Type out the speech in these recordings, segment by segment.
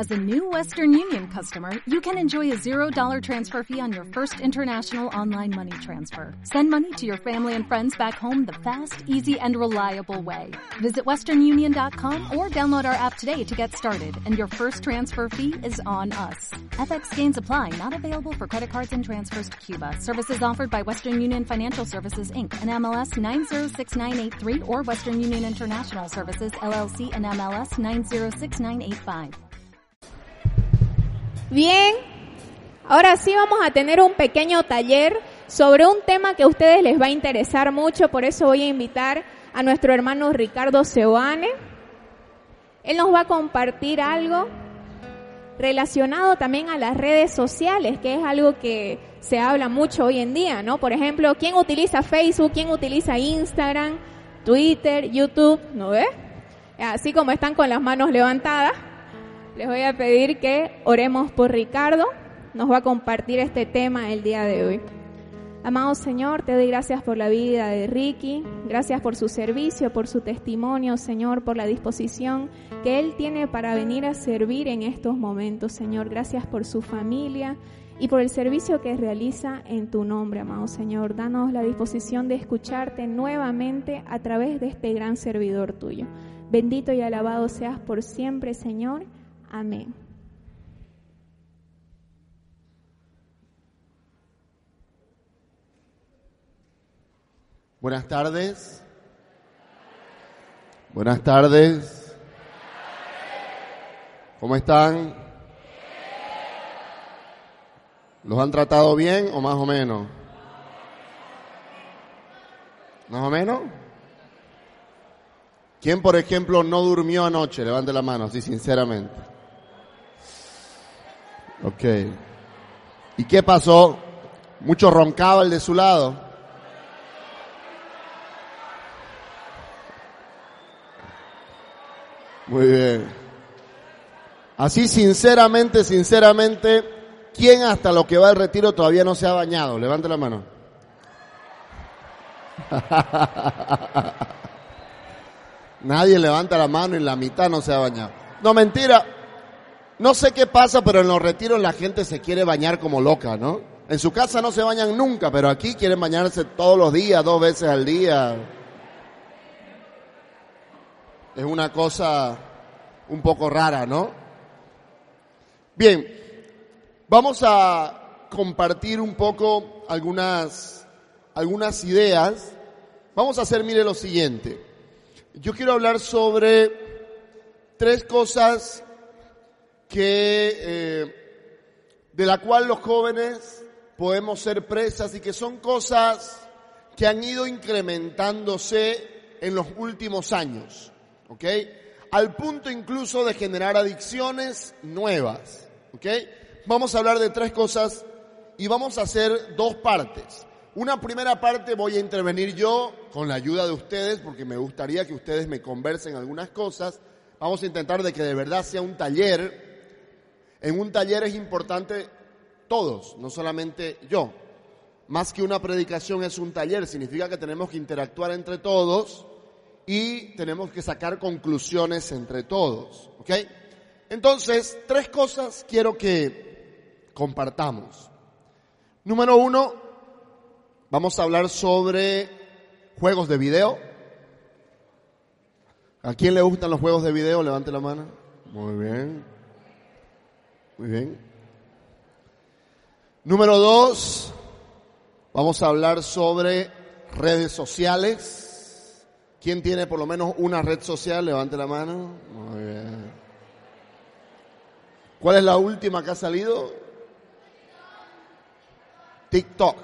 As a new Western Union customer, you can enjoy a $0 transfer fee on your first international online money transfer. Send money to your family and friends back home the fast, easy, and reliable way. Visit westernunion.com or download our app today to get started, and your first transfer fee is on us. FX gains apply, not available for credit cards and transfers to Cuba. Services offered by Western Union Financial Services, Inc., and MLS 906983, or Western Union International Services, LLC, and MLS 906985. Bien, ahora sí vamos a tener un pequeño taller sobre un tema que a ustedes les va a interesar mucho, por eso voy a invitar a nuestro hermano Ricardo Seoane. Él nos va a compartir algo relacionado también a las redes sociales, que es algo que se habla mucho hoy en día, ¿no? Por ejemplo, ¿quién utiliza Facebook? ¿Quién utiliza Instagram, Twitter, YouTube? ¿No ve? Así como están con las manos levantadas, les voy a pedir que oremos por Ricardo. Nos va a compartir este tema el día de hoy. Amado Señor, te doy gracias por la vida de Ricky, gracias por su servicio, por su testimonio, Señor, por la disposición que él tiene para venir a servir en estos momentos, Señor. Gracias por su familia y por el servicio que realiza en tu nombre, amado Señor. Danos la disposición de escucharte nuevamente a través de este gran servidor tuyo. Bendito y alabado seas por siempre, Señor. Amén. Buenas tardes. Buenas tardes. ¿Cómo están? ¿Los han tratado bien o más o menos? ¿Más o menos? ¿Quién, por ejemplo, no durmió anoche? Levante la mano, así sinceramente. Ok. ¿Y qué pasó? ¿Mucho roncaba el de su lado? Muy bien. Así sinceramente, ¿quién hasta lo que va al retiro todavía no se ha bañado? Levante la mano. Nadie levanta la mano y la mitad no se ha bañado. No, mentira. No sé qué pasa, pero en los retiros la gente se quiere bañar como loca, ¿no? En su casa no se bañan nunca, pero aquí quieren bañarse todos los días, 2 veces al día. Es una cosa un poco rara, ¿no? Bien, vamos a compartir un poco algunas ideas. Vamos a hacer, mire, lo siguiente. Yo quiero hablar sobre 3 cosas de la cual los jóvenes podemos ser presas y que son cosas que han ido incrementándose en los últimos años. ¿Ok? Al punto incluso de generar adicciones nuevas. ¿Ok? Vamos a hablar de 3 cosas y vamos a hacer 2 partes. Una primera parte voy a intervenir yo con la ayuda de ustedes porque me gustaría que ustedes me conversen algunas cosas. Vamos a intentar de que de verdad sea un taller. En un taller es importante todos, no solamente yo. Más que una predicación es un taller, significa que tenemos que interactuar entre todos y tenemos que sacar conclusiones entre todos, ¿ok? Entonces, 3 cosas quiero que compartamos. Número 1, vamos a hablar sobre juegos de video. ¿A quién le gustan los juegos de video? Levante la mano. Muy bien. Muy bien. Número 2, vamos a hablar sobre redes sociales. ¿Quién tiene por lo menos una red social? Levante la mano. Muy bien. ¿Cuál es la última que ha salido? TikTok.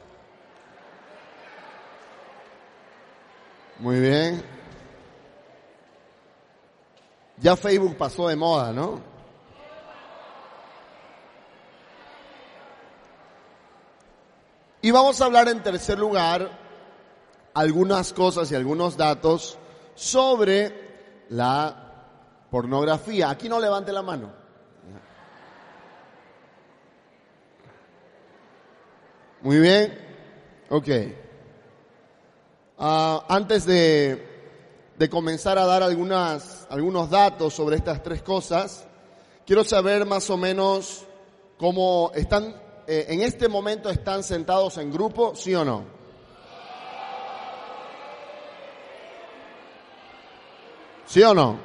Muy bien. Ya Facebook pasó de moda, ¿no? Y vamos a hablar en tercer lugar algunas cosas y algunos datos sobre la pornografía. Aquí no levante la mano. Muy bien. Ok. Antes de comenzar a dar algunos datos sobre estas 3 cosas, quiero saber más o menos cómo están, en este momento están sentados en grupo, ¿sí o no? ¿Sí o no?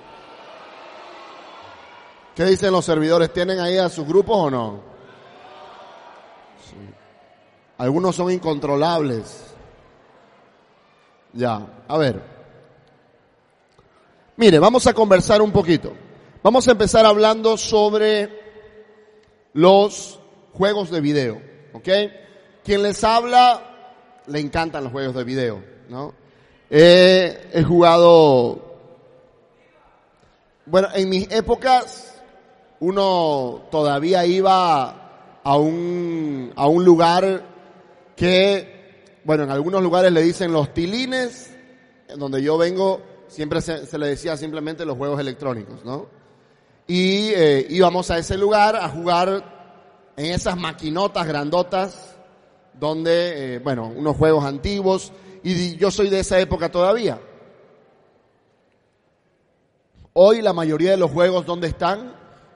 ¿Qué dicen los servidores? ¿Tienen ahí a sus grupos o no? Sí. Algunos son incontrolables. Ya, a ver. Mire, vamos a conversar un poquito. Vamos a empezar hablando sobre los juegos de video, ¿ok? Quien les habla, le encantan los juegos de video, ¿no? He jugado, bueno, en mis épocas, uno todavía iba a un lugar que, bueno, en algunos lugares le dicen los tilines, en donde yo vengo, siempre se le decía simplemente los juegos electrónicos, ¿no? Y íbamos a ese lugar a jugar en esas maquinotas grandotas, donde, bueno, unos juegos antiguos, y yo soy de esa época todavía. Hoy la mayoría de los juegos, ¿dónde están?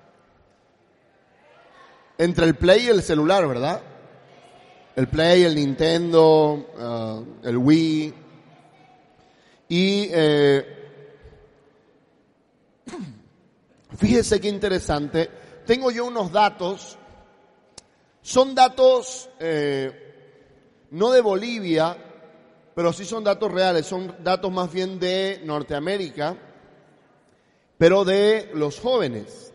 Entre el Play y el celular, ¿verdad? El Play, el Nintendo, el Wii. Y fíjese qué interesante. Tengo yo unos datos. Son datos no de Bolivia, pero sí son datos reales. Son datos más bien de Norteamérica, pero de los jóvenes.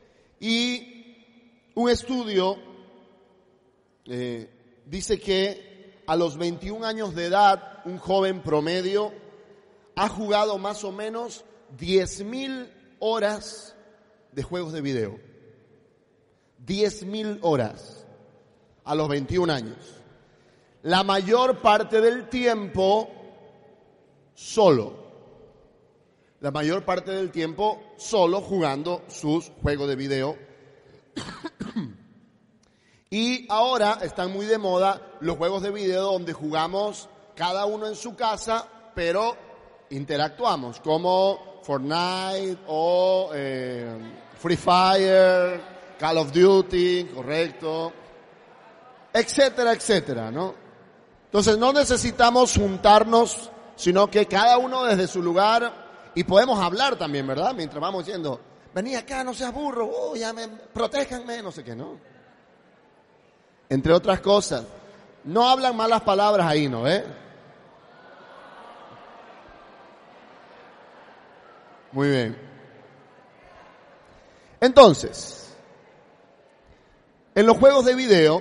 Y un estudio dice que a los 21 años de edad, un joven promedio ha jugado más o menos 10.000 horas de juegos de video. 10.000 horas a los 21 años. La mayor parte del tiempo solo. La mayor parte del tiempo solo jugando sus juegos de video. Y ahora están muy de moda los juegos de video donde jugamos cada uno en su casa, pero interactuamos, como Fortnite o Free Fire, Call of Duty, correcto, etcétera, etcétera, ¿no? Entonces no necesitamos juntarnos, sino que cada uno desde su lugar. Y podemos hablar también, ¿verdad? Mientras vamos diciendo, vení acá, no seas burro, protéjanme, no sé qué, ¿no? Entre otras cosas. No hablan malas palabras ahí, ¿no? Muy bien. Entonces, en los juegos de video,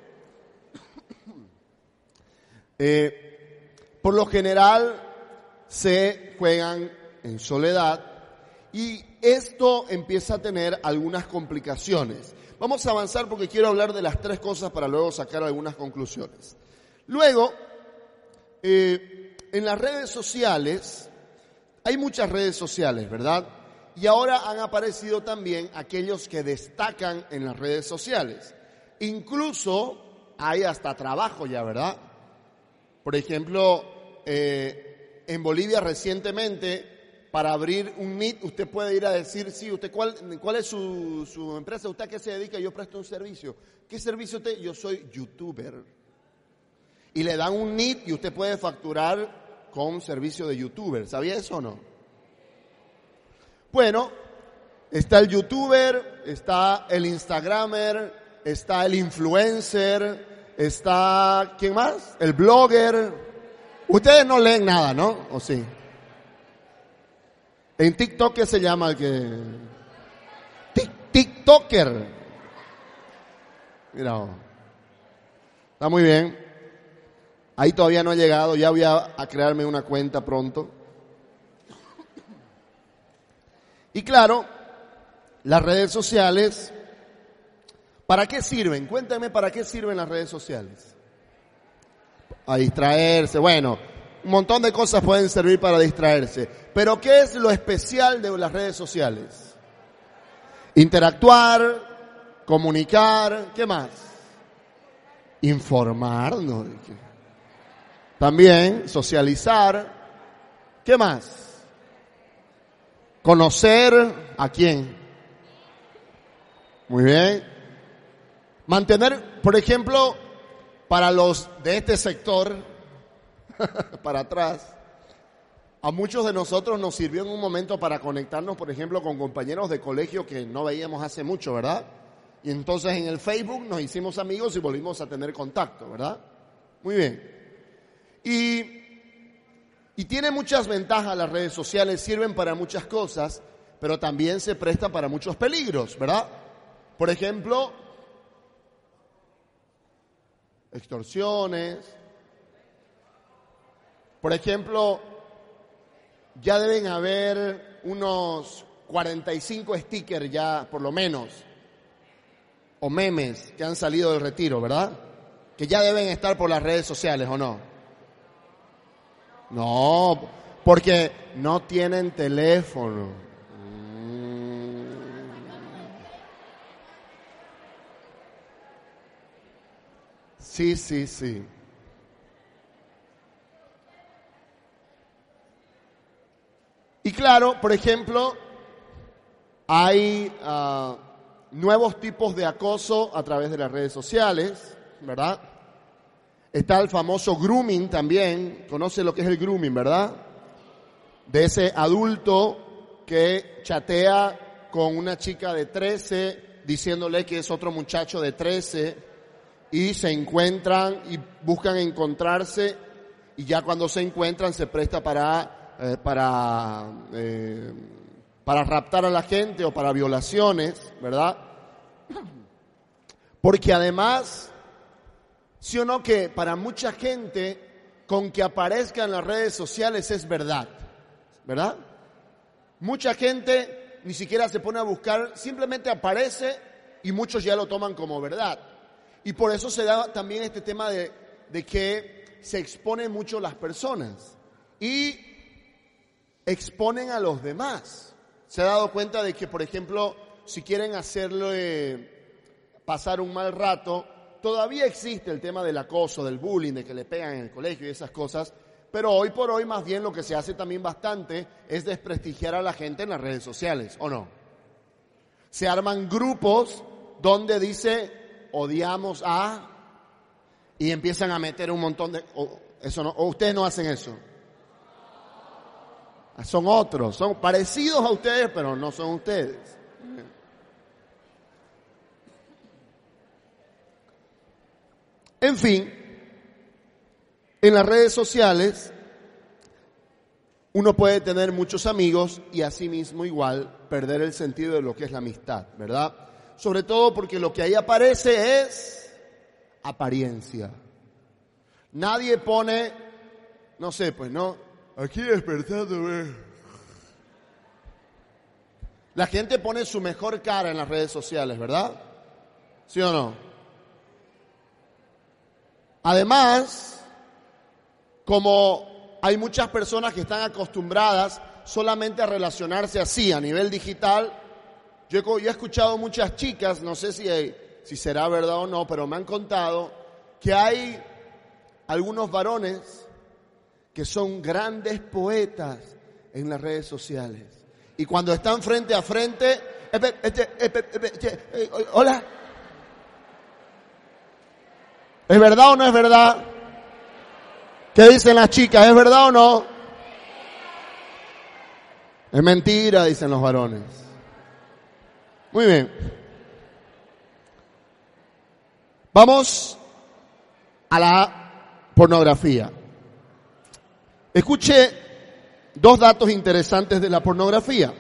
por lo general se juegan en soledad, y esto empieza a tener algunas complicaciones. Vamos a avanzar porque quiero hablar de las tres cosas para luego sacar algunas conclusiones. Luego, en las redes sociales, hay muchas redes sociales, ¿verdad? Y ahora han aparecido también aquellos que destacan en las redes sociales. Incluso hay hasta trabajo ya, ¿verdad? Por ejemplo, en Bolivia recientemente, para abrir un NIT, usted puede ir a decir, sí, usted ¿cuál es su empresa? ¿Usted a qué se dedica? Yo presto un servicio. ¿Qué servicio usted? Yo soy youtuber. Y le dan un NIT y usted puede facturar con servicio de youtuber. ¿Sabía eso o no? Bueno, está el youtuber, está el instagramer, está el influencer, está, ¿quién más? El blogger. Ustedes no leen nada, ¿no? ¿O sí? En TikTok, ¿qué se llama el que? TikToker. Mira, está muy bien. Ahí todavía no he llegado, ya voy a crearme una cuenta pronto. Y claro, las redes sociales, ¿para qué sirven? Cuéntame, ¿para qué sirven las redes sociales? A distraerse, bueno, un montón de cosas pueden servir para distraerse. Pero ¿qué es lo especial de las redes sociales? Interactuar, comunicar, ¿qué más? Informarnos. También socializar. ¿Qué más? Conocer a quién. Muy bien. Mantener, por ejemplo, para los de este sector, para atrás, a muchos de nosotros nos sirvió en un momento para conectarnos, por ejemplo, con compañeros de colegio que no veíamos hace mucho, ¿verdad? Y entonces en el Facebook nos hicimos amigos y volvimos a tener contacto, ¿verdad? Muy bien. Y tiene muchas ventajas las redes sociales, sirven para muchas cosas, pero también se prestan para muchos peligros, ¿verdad? Por ejemplo, extorsiones. Por ejemplo, ya deben haber unos 45 stickers ya, por lo menos, o memes que han salido del retiro, ¿verdad? Que ya deben estar por las redes sociales, ¿o no? No, porque no tienen teléfono. Sí. Y claro, por ejemplo, hay nuevos tipos de acoso a través de las redes sociales, ¿verdad? Está el famoso grooming también. Conoce lo que es el grooming, ¿verdad? De ese adulto que chatea con una chica de 13 diciéndole que es otro muchacho de 13 y se encuentran y buscan encontrarse y ya cuando se encuentran se presta para raptar a la gente o para violaciones, ¿verdad? Porque además, sí o no, que para mucha gente con que aparezca en las redes sociales es verdad, ¿verdad? Mucha gente ni siquiera se pone a buscar, simplemente aparece y muchos ya lo toman como verdad. Y por eso se da también este tema de que se exponen mucho las personas y exponen a los demás. Se ha dado cuenta de que, por ejemplo, si quieren hacerle pasar un mal rato, todavía existe el tema del acoso, del bullying, de que le pegan en el colegio y esas cosas, pero hoy por hoy más bien lo que se hace también bastante es desprestigiar a la gente en las redes sociales, ¿o no? Se arman grupos donde dice odiamos a y empiezan a meter un montón de... eso no, o ustedes no hacen eso. Son otros, son parecidos a ustedes, pero no son ustedes. En fin, en las redes sociales uno puede tener muchos amigos y asimismo igual perder el sentido de lo que es la amistad, ¿verdad? Sobre todo porque lo que ahí aparece es apariencia. Nadie pone, no sé, pues no, aquí despertando. La gente pone su mejor cara en las redes sociales, ¿verdad? ¿Sí o no? Además, como hay muchas personas que están acostumbradas solamente a relacionarse así a nivel digital, yo he escuchado muchas chicas, no sé si será verdad o no, pero me han contado que hay algunos varones que son grandes poetas en las redes sociales. Y cuando están frente a frente, hola, ¿es verdad o no es verdad? ¿Qué dicen las chicas? ¿Es verdad o no? Es mentira, dicen los varones. Muy bien. Vamos a la pornografía. Escuche dos datos interesantes de la pornografía.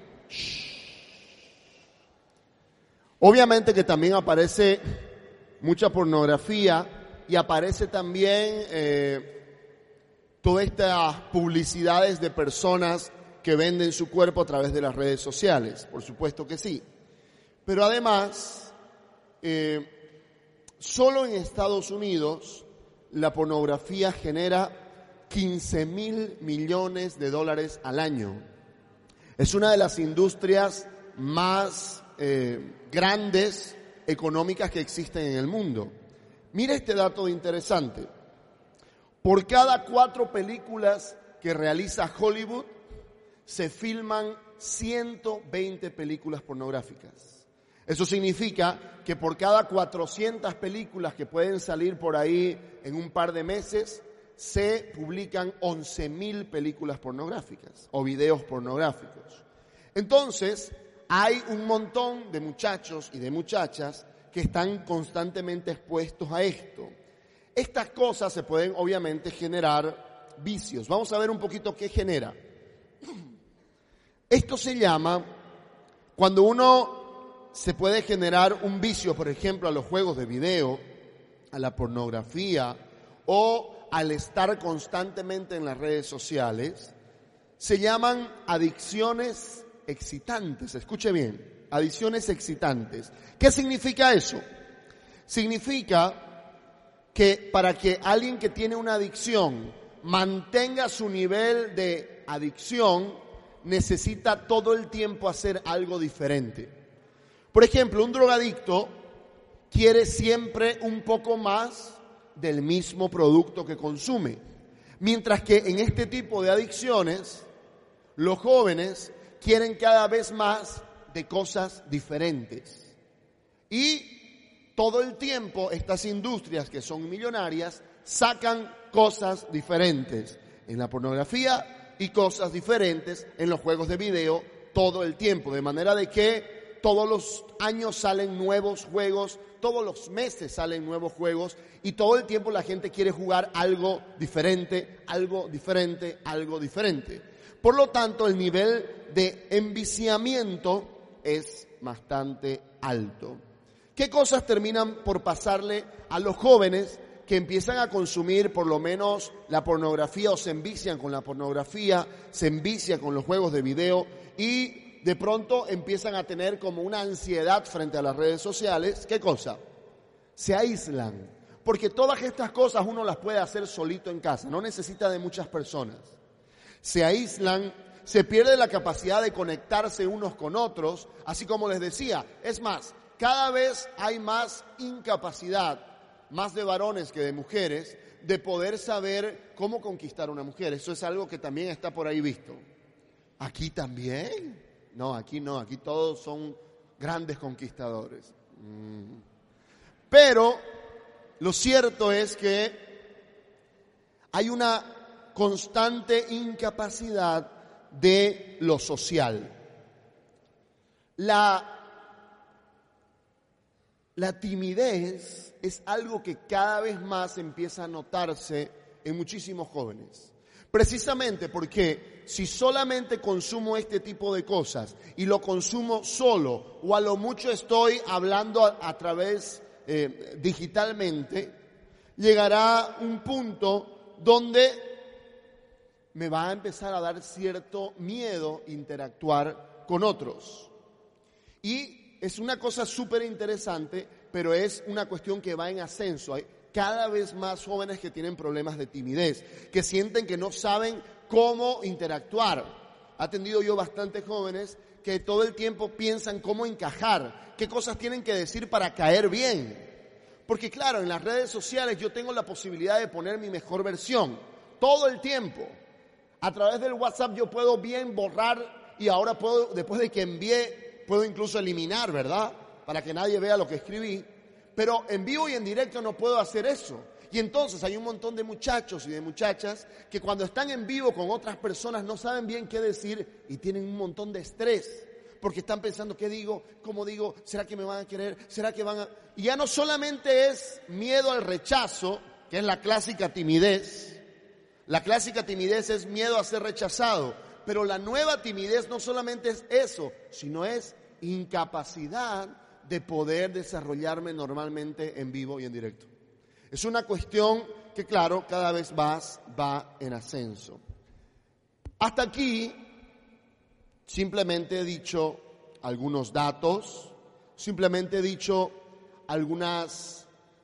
Obviamente que también aparece mucha pornografía y aparece también todas estas publicidades de personas que venden su cuerpo a través de las redes sociales. Por supuesto que sí. Pero además, solo en Estados Unidos la pornografía genera 15,000 millones de dólares al año. Es una de las industrias más grandes económicas que existen en el mundo. Mira este dato interesante. Por cada 4 películas que realiza Hollywood, se filman 120 películas pornográficas. Eso significa que por cada 400 películas que pueden salir por ahí en un par de meses, se publican 11.000 películas pornográficas o videos pornográficos. Entonces, hay un montón de muchachos y de muchachas que están constantemente expuestos a esto. Estas cosas se pueden obviamente generar vicios. Vamos a ver un poquito qué genera. Esto se llama, cuando uno se puede generar un vicio, por ejemplo, a los juegos de video, a la pornografía o al estar constantemente en las redes sociales, se llaman adicciones excitantes. Escuche bien, adicciones excitantes. ¿Qué significa eso? Significa que para que alguien que tiene una adicción mantenga su nivel de adicción, necesita todo el tiempo hacer algo diferente. Por ejemplo, un drogadicto quiere siempre un poco más del mismo producto que consume. Mientras que en este tipo de adicciones, los jóvenes quieren cada vez más de cosas diferentes. Y todo el tiempo estas industrias que son millonarias sacan cosas diferentes en la pornografía y cosas diferentes en los juegos de video todo el tiempo. De manera de que todos los años salen nuevos juegos, todos los meses salen nuevos juegos y todo el tiempo la gente quiere jugar algo diferente, algo diferente, algo diferente. Por lo tanto, el nivel de enviciamiento es bastante alto. ¿Qué cosas terminan por pasarle a los jóvenes que empiezan a consumir por lo menos la pornografía o se envician con la pornografía, se envician con los juegos de video y de pronto empiezan a tener como una ansiedad frente a las redes sociales? ¿Qué cosa? Se aíslan. Porque todas estas cosas uno las puede hacer solito en casa, no necesita de muchas personas. Se aíslan, se pierde la capacidad de conectarse unos con otros, así como les decía. Es más, cada vez hay más incapacidad, más de varones que de mujeres, de poder saber cómo conquistar a una mujer. Eso es algo que también está por ahí visto. ¿Aquí también? No, aquí todos son grandes conquistadores. Pero lo cierto es que hay una constante incapacidad de lo social. La timidez es algo que cada vez más empieza a notarse en muchísimos jóvenes. Precisamente porque si solamente consumo este tipo de cosas y lo consumo solo o a lo mucho estoy hablando a través digitalmente, llegará un punto donde me va a empezar a dar cierto miedo interactuar con otros. Y es una cosa súper interesante, pero es una cuestión que va en ascenso. Hay cada vez más jóvenes que tienen problemas de timidez, que sienten que no saben cómo interactuar. He atendido yo bastantes jóvenes que todo el tiempo piensan cómo encajar, qué cosas tienen que decir para caer bien. Porque claro, en las redes sociales yo tengo la posibilidad de poner mi mejor versión todo el tiempo. A través del WhatsApp yo puedo bien borrar y ahora puedo, después de que envié, puedo incluso eliminar, ¿verdad? Para que nadie vea lo que escribí. Pero en vivo y en directo no puedo hacer eso. Y entonces hay un montón de muchachos y de muchachas que cuando están en vivo con otras personas no saben bien qué decir y tienen un montón de estrés. Porque están pensando, ¿qué digo? ¿Cómo digo? ¿Será que me van a querer? ¿Será que van a...? Y ya no solamente es miedo al rechazo, que es la clásica timidez. La clásica timidez es miedo a ser rechazado. Pero la nueva timidez no solamente es eso, sino es incapacidad de poder desarrollarme normalmente en vivo y en directo. Es una cuestión que, claro, cada vez más va en ascenso. Hasta aquí, simplemente he dicho algunos datos, simplemente he dicho algunas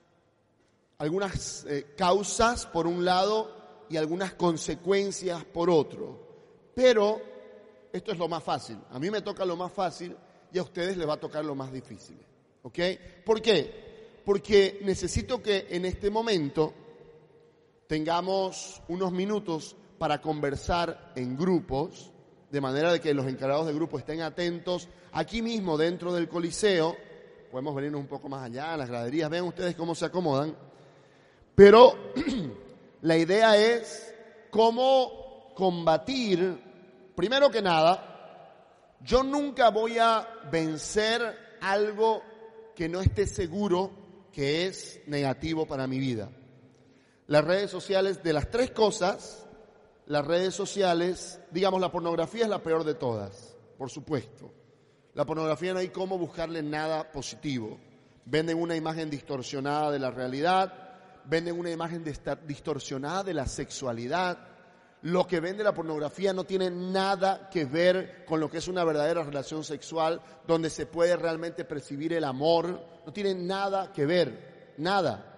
causas por un lado y algunas consecuencias por otro. Pero esto es lo más fácil. A mí me toca lo más fácil y a ustedes les va a tocar lo más difícil. ¿Ok? ¿Por qué? Porque necesito que en este momento tengamos unos minutos para conversar en grupos, de manera de que los encargados de grupo estén atentos aquí mismo dentro del Coliseo podemos venirnos un poco más allá, en las graderías, vean ustedes cómo se acomodan. Pero la idea es cómo combatir, primero que nada, yo nunca voy a vencer algo que no esté seguro que es negativo para mi vida. Las redes sociales, de las tres cosas, las redes sociales, digamos, la pornografía es la peor de todas, por supuesto. La pornografía no hay cómo buscarle nada positivo. Venden una imagen distorsionada de la realidad, venden una imagen distorsionada de la sexualidad. Lo que vende la pornografía no tiene nada que ver con lo que es una verdadera relación sexual, donde se puede realmente percibir el amor. No tiene nada que ver, nada.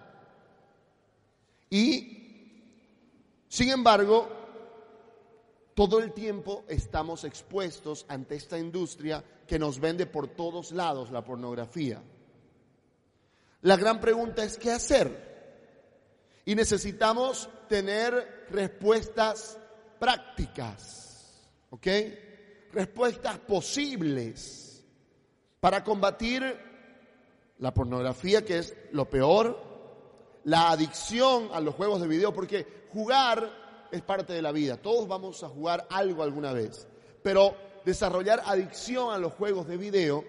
Y, sin embargo, todo el tiempo estamos expuestos ante esta industria que nos vende por todos lados la pornografía. La gran pregunta es, ¿qué hacer? Y necesitamos tener respuestas prácticas, ¿ok? Respuestas posibles para combatir la pornografía, que es lo peor, la adicción a los juegos de video, porque jugar es parte de la vida. Todos vamos a jugar algo alguna vez, pero desarrollar adicción a los juegos de video,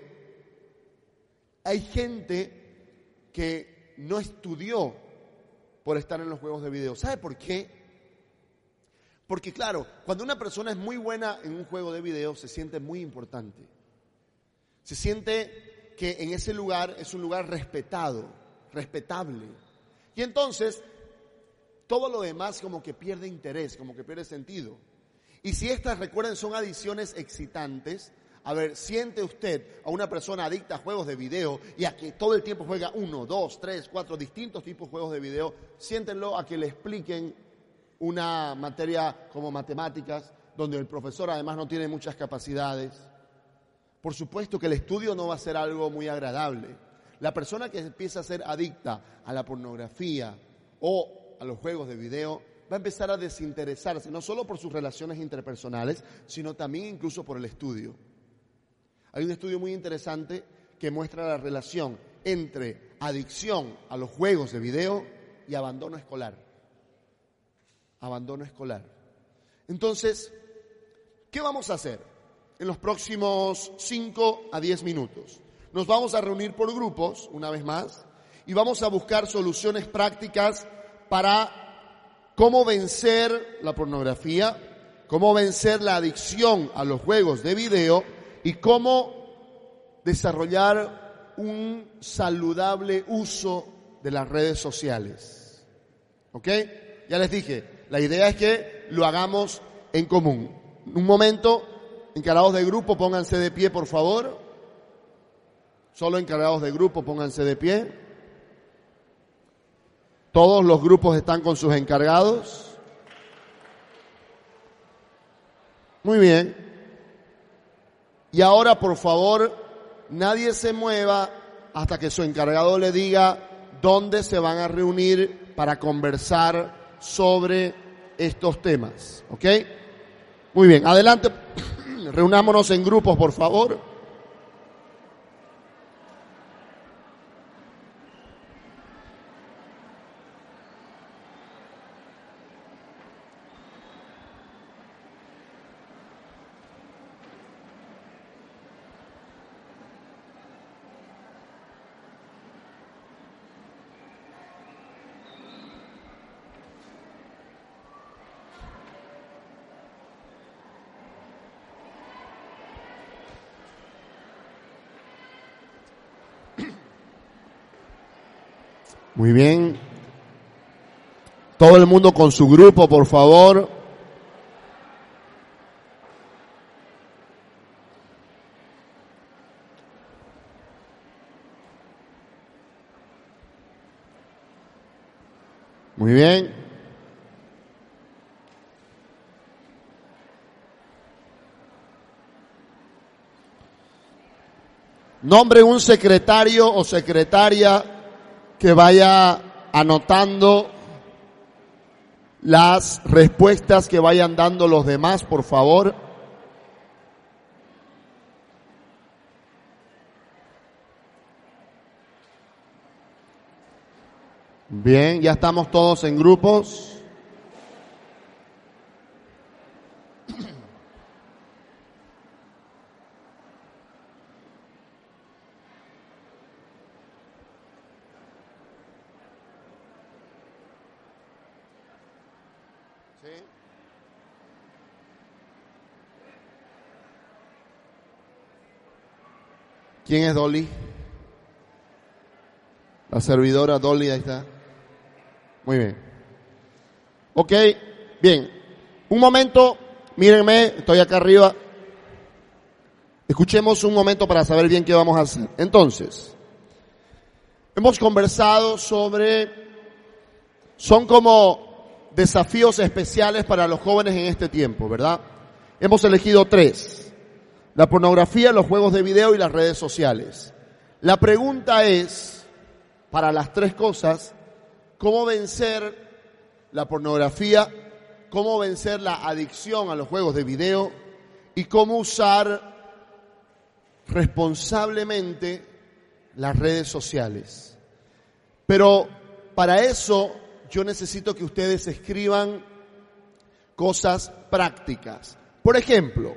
hay gente que no estudió por estar en los juegos de video. ¿Sabe por qué? Porque claro, cuando una persona es muy buena en un juego de video, se siente muy importante. Se siente que en ese lugar es un lugar respetado, respetable. Y entonces, todo lo demás como que pierde interés, como que pierde sentido. Y si estas, recuerden, son adicciones excitantes, a ver, siente usted a una persona adicta a juegos de video y a que todo el tiempo juega 1, 2, 3, 4 distintos tipos de juegos de video, siéntenlo a que le expliquen una materia como matemáticas, donde el profesor además no tiene muchas capacidades. Por supuesto que el estudio no va a ser algo muy agradable. La persona que empieza a ser adicta a la pornografía o a los juegos de video va a empezar a desinteresarse, no solo por sus relaciones interpersonales, sino también incluso por el estudio. Hay un estudio muy interesante que muestra la relación entre adicción a los juegos de video y abandono escolar. Abandono escolar. Entonces, ¿qué vamos a hacer en los próximos 5 a 10 minutos? Nos vamos a reunir por grupos, una vez más, y vamos a buscar soluciones prácticas para cómo vencer la pornografía, cómo vencer la adicción a los juegos de video y cómo desarrollar un saludable uso de las redes sociales. ¿Ok? Ya les dije, la idea es que lo hagamos en común. Un momento, encargados de grupo, pónganse de pie, por favor. Solo encargados de grupo, pónganse de pie. Todos los grupos están con sus encargados. Muy bien. Y ahora, por favor, nadie se mueva hasta que su encargado le diga dónde se van a reunir para conversar sobre estos temas. ¿Ok? Muy bien. Adelante. Reunámonos en grupos, por favor. Muy bien. Todo el mundo con su grupo, por favor. Muy bien. Nombre un secretario o secretaria que vaya anotando las respuestas que vayan dando los demás, por favor. Bien, ya estamos todos en grupos. ¿Quién es Dolly? La servidora Dolly, ahí está. Muy bien. Ok, bien. Un momento, mírenme, estoy acá arriba. Escuchemos un momento para saber bien qué vamos a hacer. Entonces, hemos conversado sobre, son como desafíos especiales para los jóvenes en este tiempo, ¿verdad? Hemos elegido 3. La pornografía, los juegos de video y las redes sociales. La pregunta es, para las 3 cosas, ¿cómo vencer la pornografía? ¿Cómo vencer la adicción a los juegos de video? ¿Y cómo usar responsablemente las redes sociales? Pero para eso yo necesito que ustedes escriban cosas prácticas. Por ejemplo,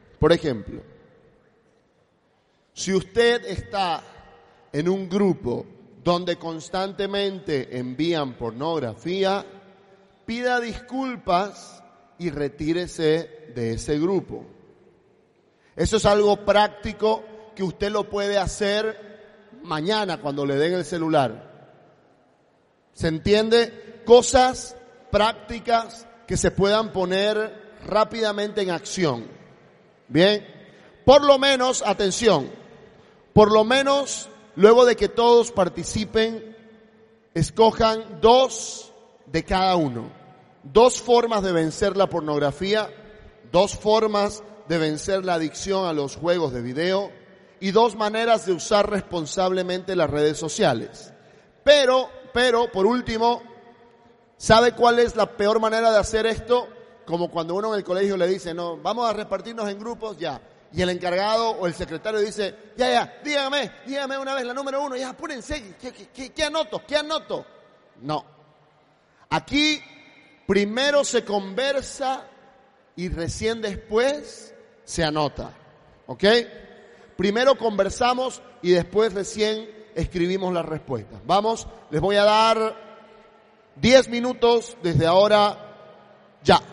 si usted está en un grupo donde constantemente envían pornografía, pida disculpas y retírese de ese grupo. Eso es algo práctico que usted lo puede hacer mañana cuando le den el celular. ¿Se entiende? Cosas prácticas que se puedan poner rápidamente en acción. Bien, por lo menos, atención, por lo menos luego de que todos participen, escojan 2 de cada uno. 2 formas de vencer la pornografía, 2 formas de vencer la adicción a los juegos de video y 2 maneras de usar responsablemente las redes sociales. Pero, por último, ¿sabe cuál es la peor manera de hacer esto? Como cuando uno en el colegio le dice, no, vamos a repartirnos en grupos, ya. Y el encargado o el secretario dice, ya, dígame una vez la número 1, ya, apúrense, ¿qué anoto? No. Aquí primero se conversa y recién después se anota. ¿Ok? Primero conversamos y después recién escribimos las respuestas. Vamos, les voy a dar 10 minutos desde ahora, ya.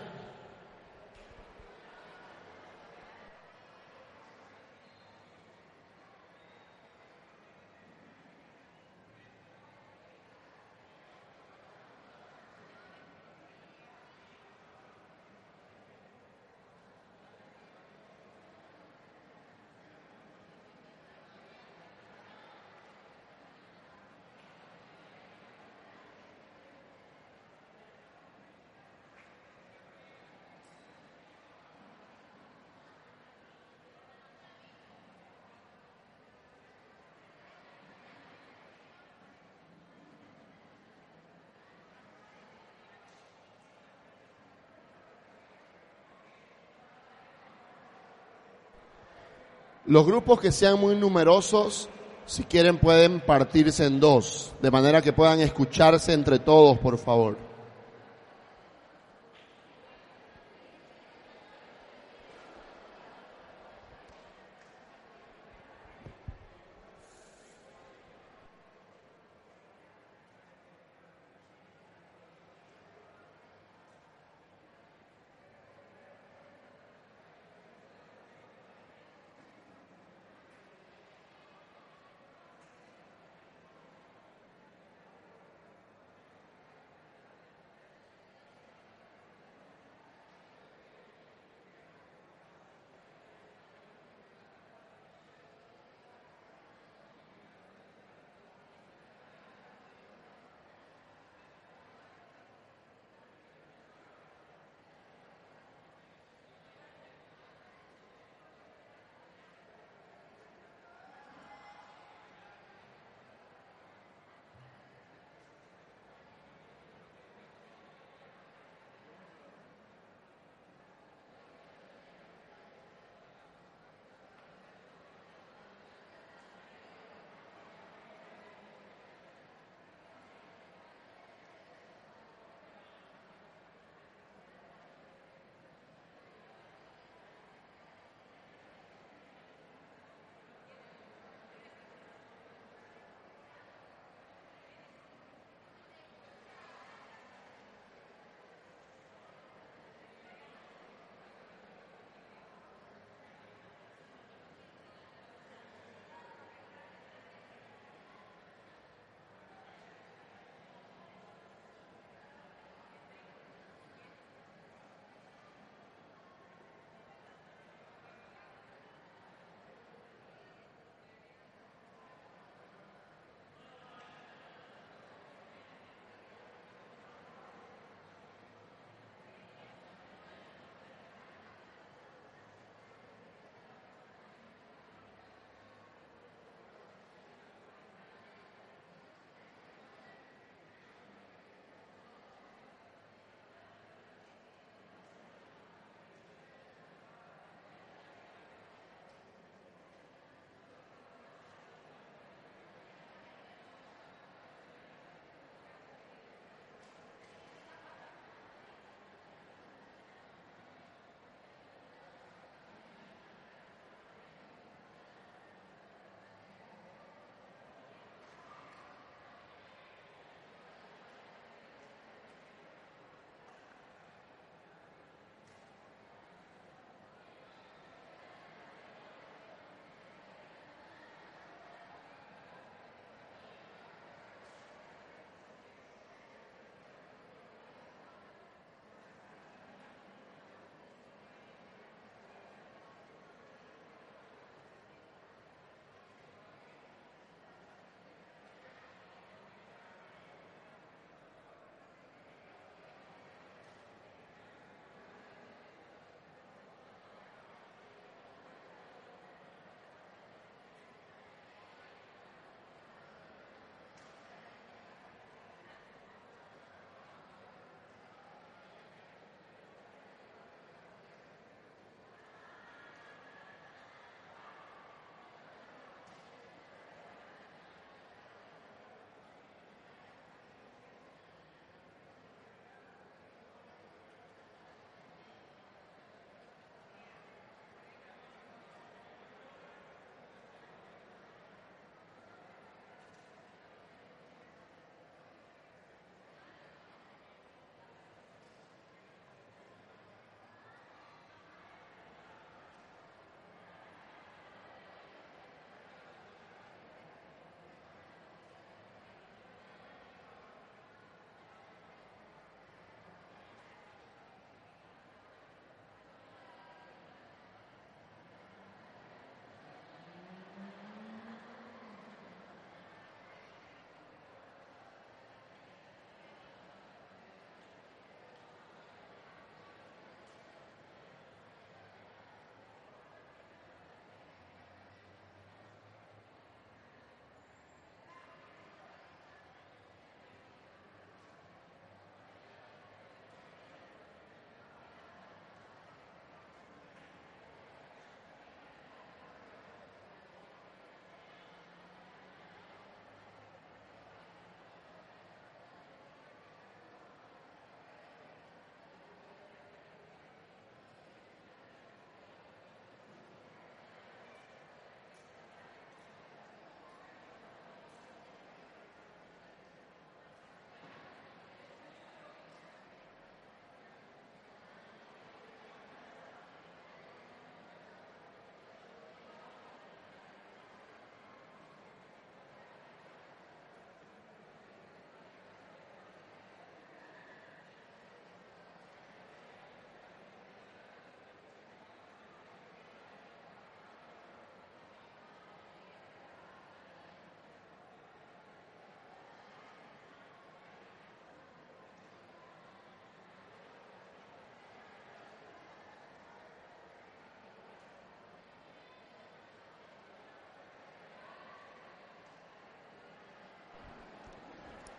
Los grupos que sean muy numerosos, si quieren pueden partirse en 2, de manera que puedan escucharse entre todos, por favor.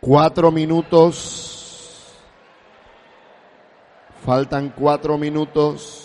4 minutos. Faltan 4 minutos.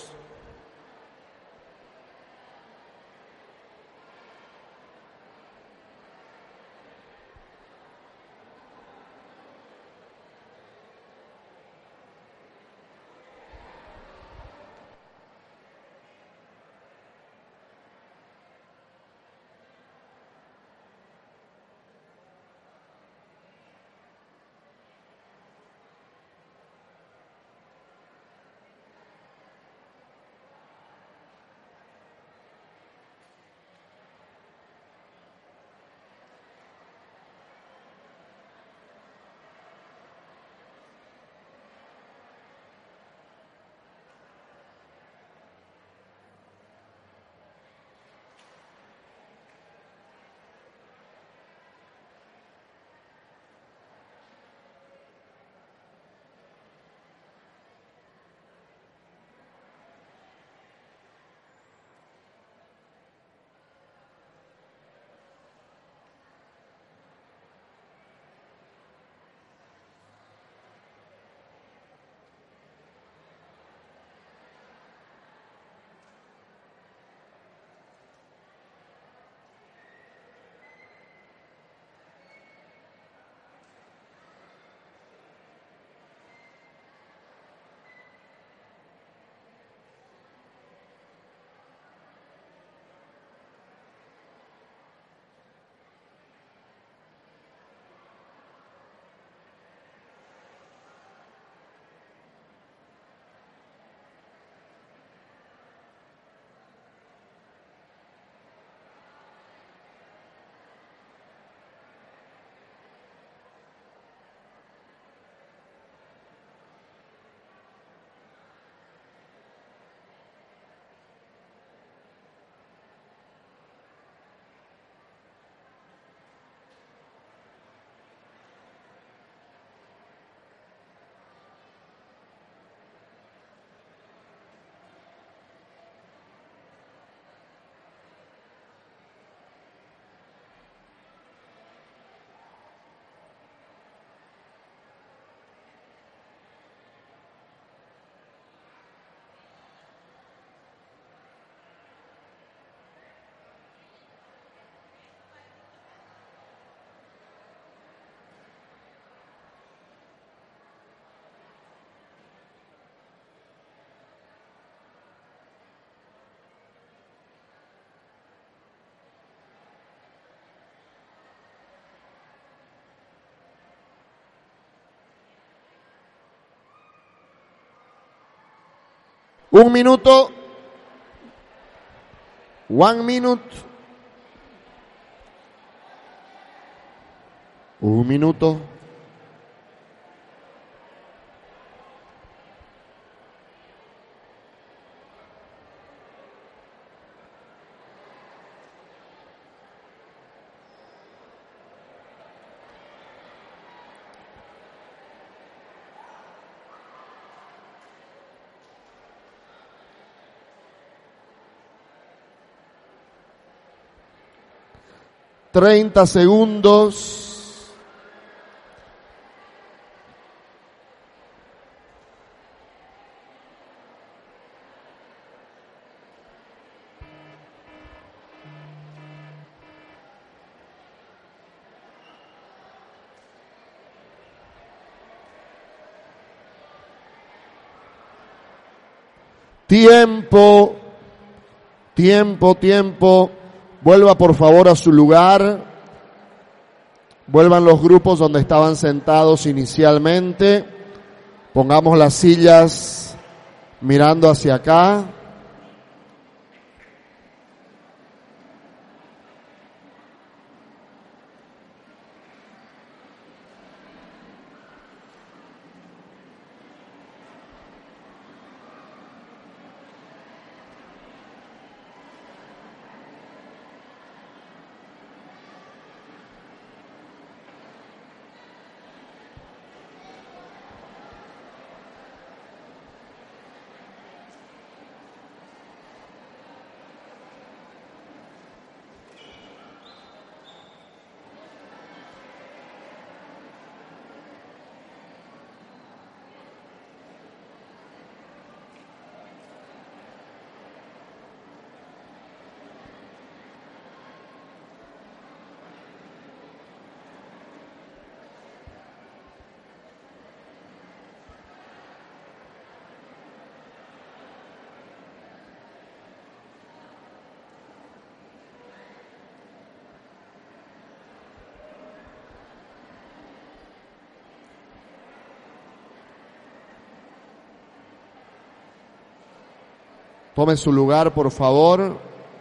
Un minuto. 1 minute. 1 minuto. Treinta segundos. Tiempo. Tiempo. Vuelva por favor a su lugar. Vuelvan los grupos donde estaban sentados inicialmente. Pongamos las sillas mirando hacia acá. Tome su lugar, por favor.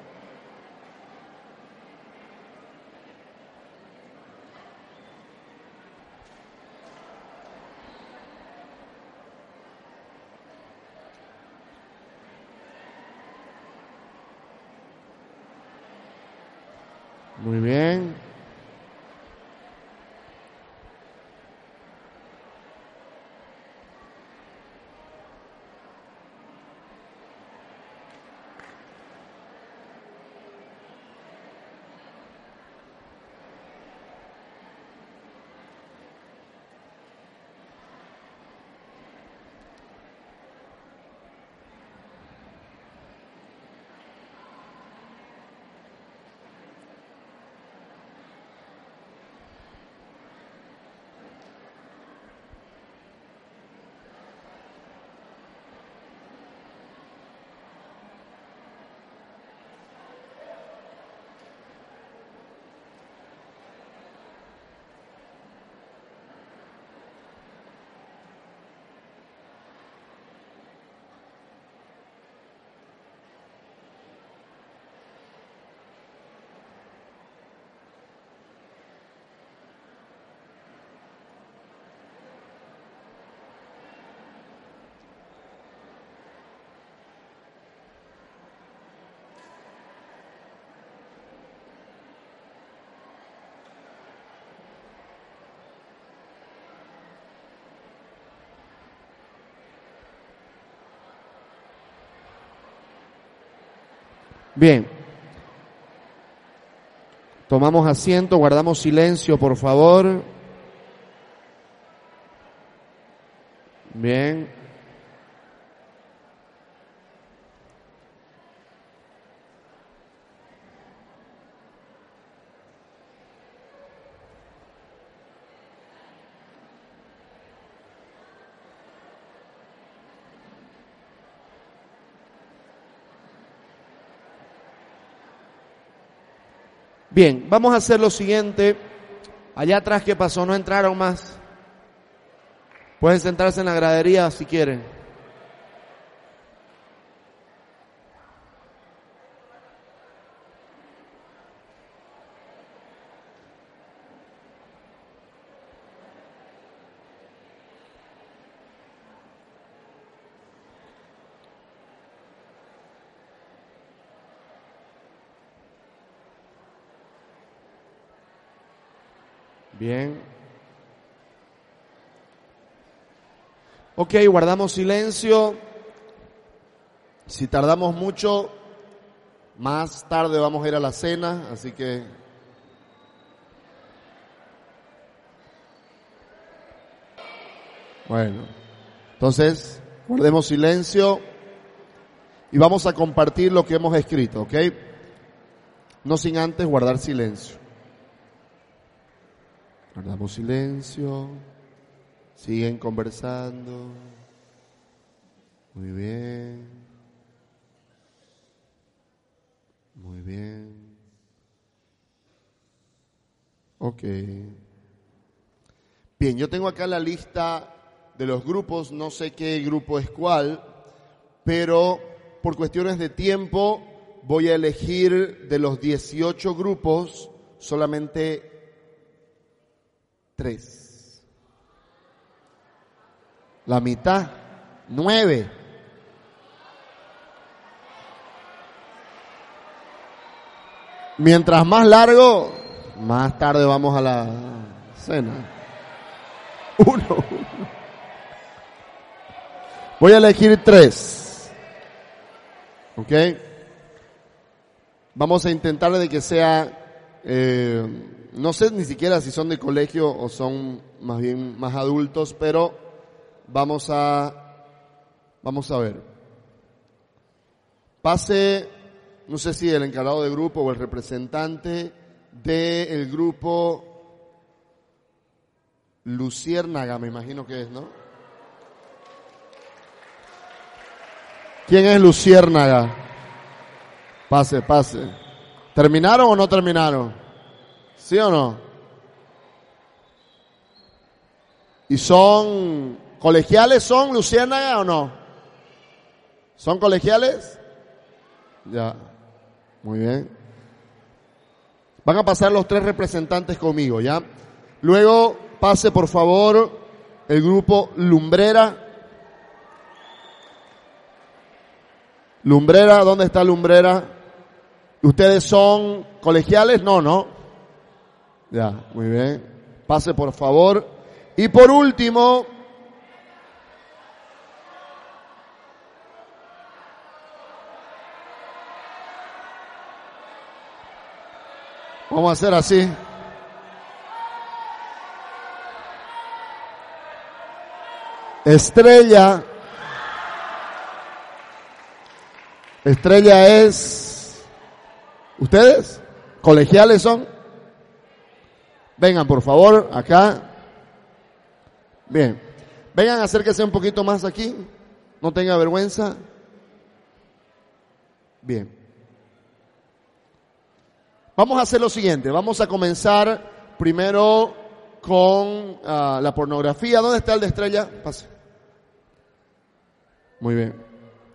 Muy bien. Bien. Tomamos asiento, guardamos silencio, por favor. Bien. Bien, vamos a hacer lo siguiente. Allá atrás, ¿qué pasó? ¿No entraron más? Pueden sentarse en la gradería si quieren. Bien. Ok, guardamos silencio. Si tardamos mucho, más tarde vamos a ir a la cena, así que... Bueno, entonces, guardemos silencio y vamos a compartir lo que hemos escrito, ¿ok? No sin antes guardar silencio. Guardamos silencio. Siguen conversando. Muy bien. Muy bien. Ok. Bien, yo tengo acá la lista de los grupos. No sé qué grupo es cuál, pero por cuestiones de tiempo voy a elegir de los 18 grupos solamente 3. La mitad, 9. Mientras más largo, más tarde vamos a la cena. 1. Voy a elegir 3. ¿Ok? Vamos a intentar de que sea... no sé ni siquiera si son de colegio o son más bien más adultos, pero vamos a ver. Pase, no sé si el encargado de grupo o el representante del grupo Luciérnaga, me imagino que es, ¿no? ¿Quién es Luciérnaga? Pase. ¿Terminaron o no terminaron? ¿Sí o no? ¿Y son colegiales? ¿Son Luciérnaga o no? ¿Son colegiales? Ya. Muy bien. Van a pasar los 3 representantes conmigo, ¿ya? Luego pase, por favor, el grupo Lumbrera. Lumbrera, ¿dónde está Lumbrera? ¿Ustedes son colegiales? No. Ya, muy bien. Pase, por favor. Y por último, vamos a hacer así. Estrella. Estrella es... ¿Ustedes? ¿Colegiales son? Vengan, por favor, acá. Bien. Vengan, acérquense un poquito más aquí. No tenga vergüenza. Bien. Vamos a hacer lo siguiente. Vamos a comenzar primero con la pornografía. ¿Dónde está el de Estrella? Pase. Muy bien.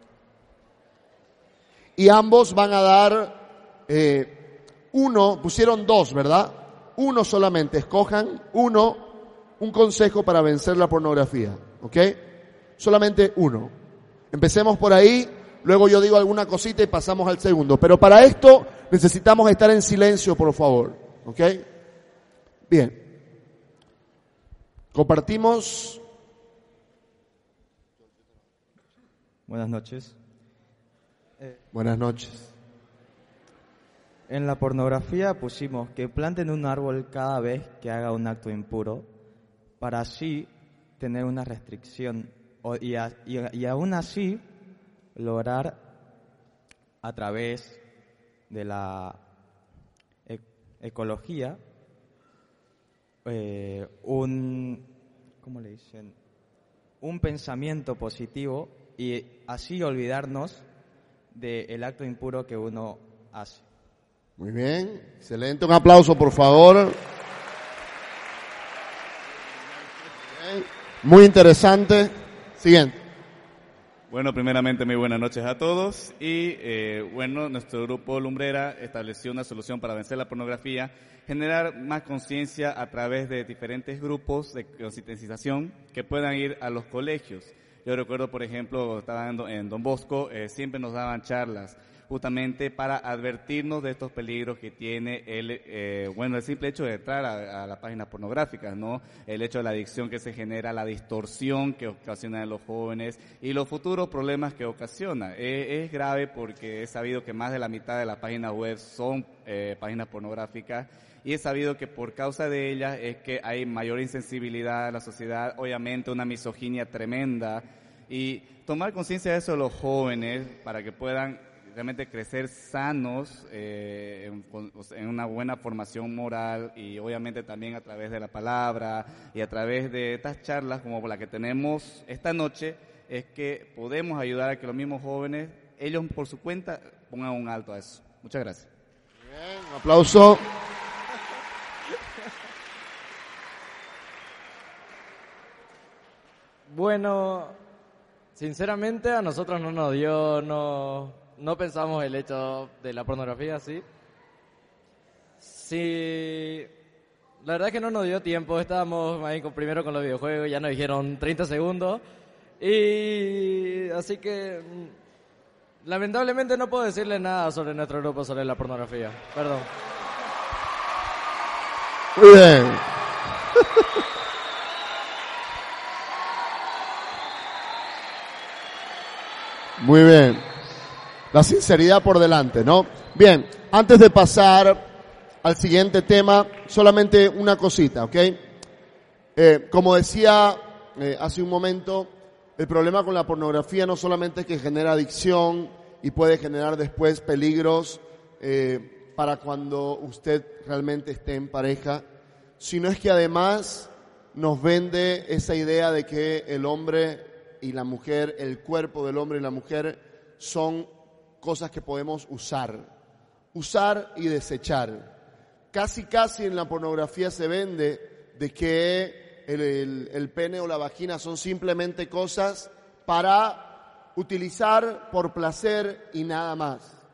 Y ambos van a dar uno, pusieron 2, ¿verdad? Uno solamente, escojan un consejo para vencer la pornografía, ¿ok? Solamente uno. Empecemos por ahí, luego yo digo alguna cosita y pasamos al segundo. Pero para esto necesitamos estar en silencio, por favor, ¿ok? Bien. Compartimos. Buenas noches. Buenas noches. En la pornografía pusimos que planten un árbol cada vez que haga un acto impuro para así tener una restricción y aún así lograr a través de la ecología ¿cómo le dicen? Un pensamiento positivo y así olvidarnos del acto impuro que uno hace. Muy bien, excelente. Un aplauso, por favor. Muy interesante. Siguiente. Bueno, primeramente muy buenas noches a todos y bueno, nuestro grupo Lumbrera estableció una solución para vencer la pornografía, generar más conciencia a través de diferentes grupos de concientización que puedan ir a los colegios. Yo recuerdo, por ejemplo, estaba en Don Bosco, siempre nos daban charlas justamente para advertirnos de estos peligros que tiene el simple hecho de entrar a las páginas pornográficas, ¿no? El hecho de la adicción que se genera, la distorsión que ocasiona en los jóvenes y los futuros problemas que ocasiona. Es grave porque es sabido que más de la mitad de las páginas web son páginas pornográficas y es sabido que por causa de ellas es que hay mayor insensibilidad en la sociedad, obviamente una misoginia tremenda y tomar conciencia de eso de los jóvenes para que puedan realmente crecer sanos en una buena formación moral y obviamente también a través de la palabra y a través de estas charlas como la que tenemos esta noche es que podemos ayudar a que los mismos jóvenes, ellos por su cuenta, pongan un alto a eso. Muchas gracias. Bien, un aplauso. Bueno, sinceramente a nosotros no nos dio, no pensamos el hecho de la pornografía, ¿sí? Sí, la verdad es que no nos dio tiempo, estábamos ahí primero con los videojuegos, ya nos dijeron 30 segundos, y así que lamentablemente no puedo decirle nada sobre nuestro grupo, sobre la pornografía, perdón. Muy bien. Muy bien. La sinceridad por delante, ¿no? Bien, antes de pasar al siguiente tema, solamente una cosita, ¿ok? Como decía hace un momento, el problema con la pornografía no solamente es que genera adicción y puede generar después peligros para cuando usted realmente esté en pareja, sino es que además nos vende esa idea de que el hombre y la mujer, el cuerpo del hombre y la mujer son cosas que podemos usar y desechar. Casi en la pornografía se vende de que el pene o la vagina son simplemente cosas para utilizar por placer y nada más.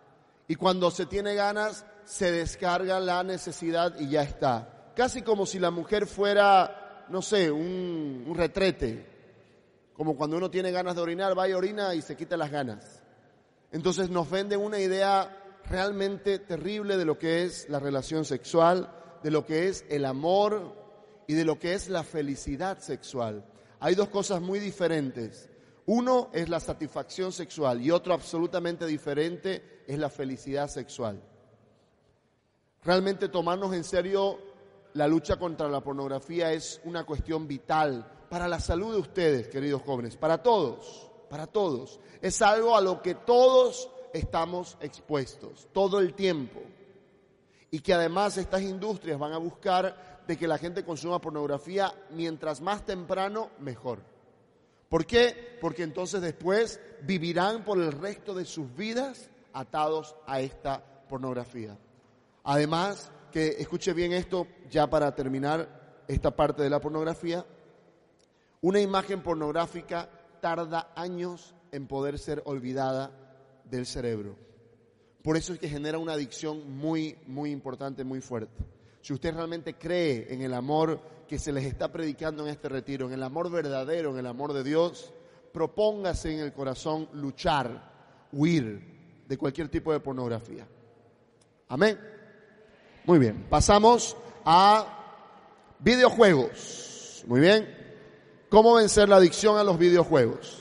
Y cuando se tiene ganas, se descarga la necesidad y ya está. Casi como si la mujer fuera, no sé, un retrete. Como cuando uno tiene ganas de orinar, va y orina y se quita las ganas. Entonces nos venden una idea realmente terrible de lo que es la relación sexual, de lo que es el amor y de lo que es la felicidad sexual. Hay dos cosas muy diferentes. Uno es la satisfacción sexual y otro absolutamente diferente es la felicidad sexual. Realmente tomarnos en serio la lucha contra la pornografía es una cuestión vital para la salud de ustedes, queridos jóvenes, para todos. Es algo a lo que todos estamos expuestos todo el tiempo. Y que además estas industrias van a buscar de que la gente consuma pornografía mientras más temprano, mejor. ¿Por qué? Porque entonces después vivirán por el resto de sus vidas atados a esta pornografía. Además, que escuche bien esto ya para terminar esta parte de la pornografía, una imagen pornográfica tarda años en poder ser olvidada del cerebro. Por eso es que genera una adicción muy, muy importante, muy fuerte. Si usted realmente cree en el amor que se les está predicando en este retiro, en el amor verdadero, en el amor de Dios, propóngase en el corazón luchar, huir de cualquier tipo de pornografía. Amén. Muy bien, pasamos a videojuegos. Muy bien. ¿Cómo vencer la adicción a los videojuegos?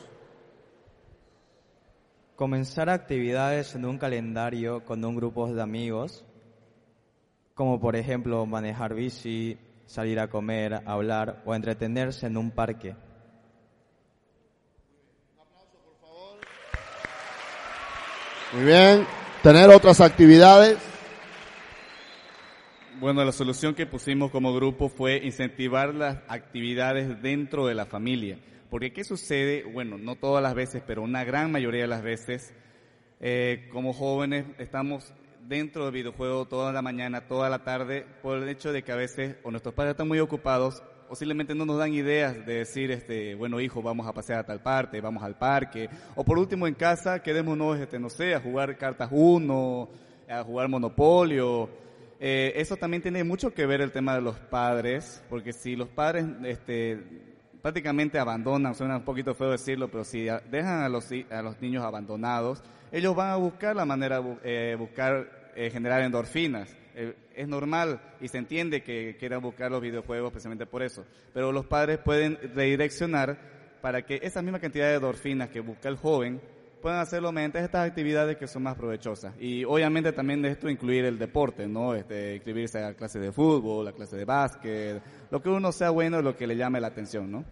Comenzar actividades en un calendario con un grupo de amigos, como por ejemplo manejar bici, salir a comer, hablar o entretenerse en un parque. Un aplauso, por favor. Muy bien. Tener otras actividades. Bueno, la solución que pusimos como grupo fue incentivar las actividades dentro de la familia. Porque ¿qué sucede? Bueno, no todas las veces, pero una gran mayoría de las veces, como jóvenes estamos dentro del videojuego toda la mañana, toda la tarde, por el hecho de que a veces o nuestros padres están muy ocupados, posiblemente no nos dan ideas de decir, bueno hijo, vamos a pasear a tal parte, vamos al parque, o por último en casa, quedémonos, no sé, a jugar cartas uno, a jugar Monopolio. Eso también tiene mucho que ver el tema de los padres, porque si los padres, prácticamente abandonan, suena un poquito feo decirlo, pero si dejan a los niños abandonados, ellos van a buscar la manera, generar endorfinas. Es normal y se entiende que quieran buscar los videojuegos precisamente por eso, pero los padres pueden redireccionar para que esa misma cantidad de endorfinas que busca el joven puedan hacerlo mediante estas actividades que son más provechosas. Y obviamente también de esto incluir el deporte, ¿no? Inscribirse a clases de fútbol, a clases de básquet, lo que uno sea bueno y lo que le llame la atención, ¿no?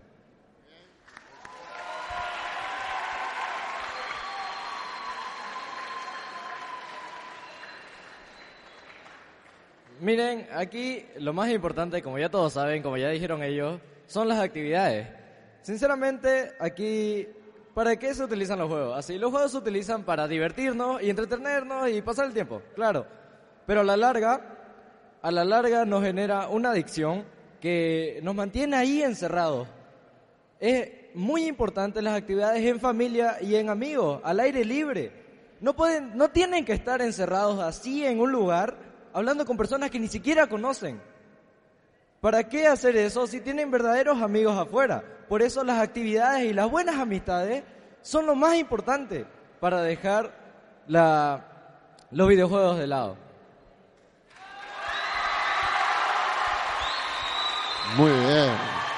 Miren, aquí lo más importante, como ya todos saben, como ya dijeron ellos, son las actividades. Sinceramente, aquí, ¿para qué se utilizan los juegos? Así, los juegos se utilizan para divertirnos y entretenernos y pasar el tiempo, claro. Pero a la larga nos genera una adicción que nos mantiene ahí encerrados. Es muy importante las actividades en familia y en amigos, al aire libre. No tienen que estar encerrados así en un lugar hablando con personas que ni siquiera conocen. ¿Para qué hacer eso si tienen verdaderos amigos afuera? Por eso las actividades y las buenas amistades son lo más importante para dejar los videojuegos de lado. Muy bien.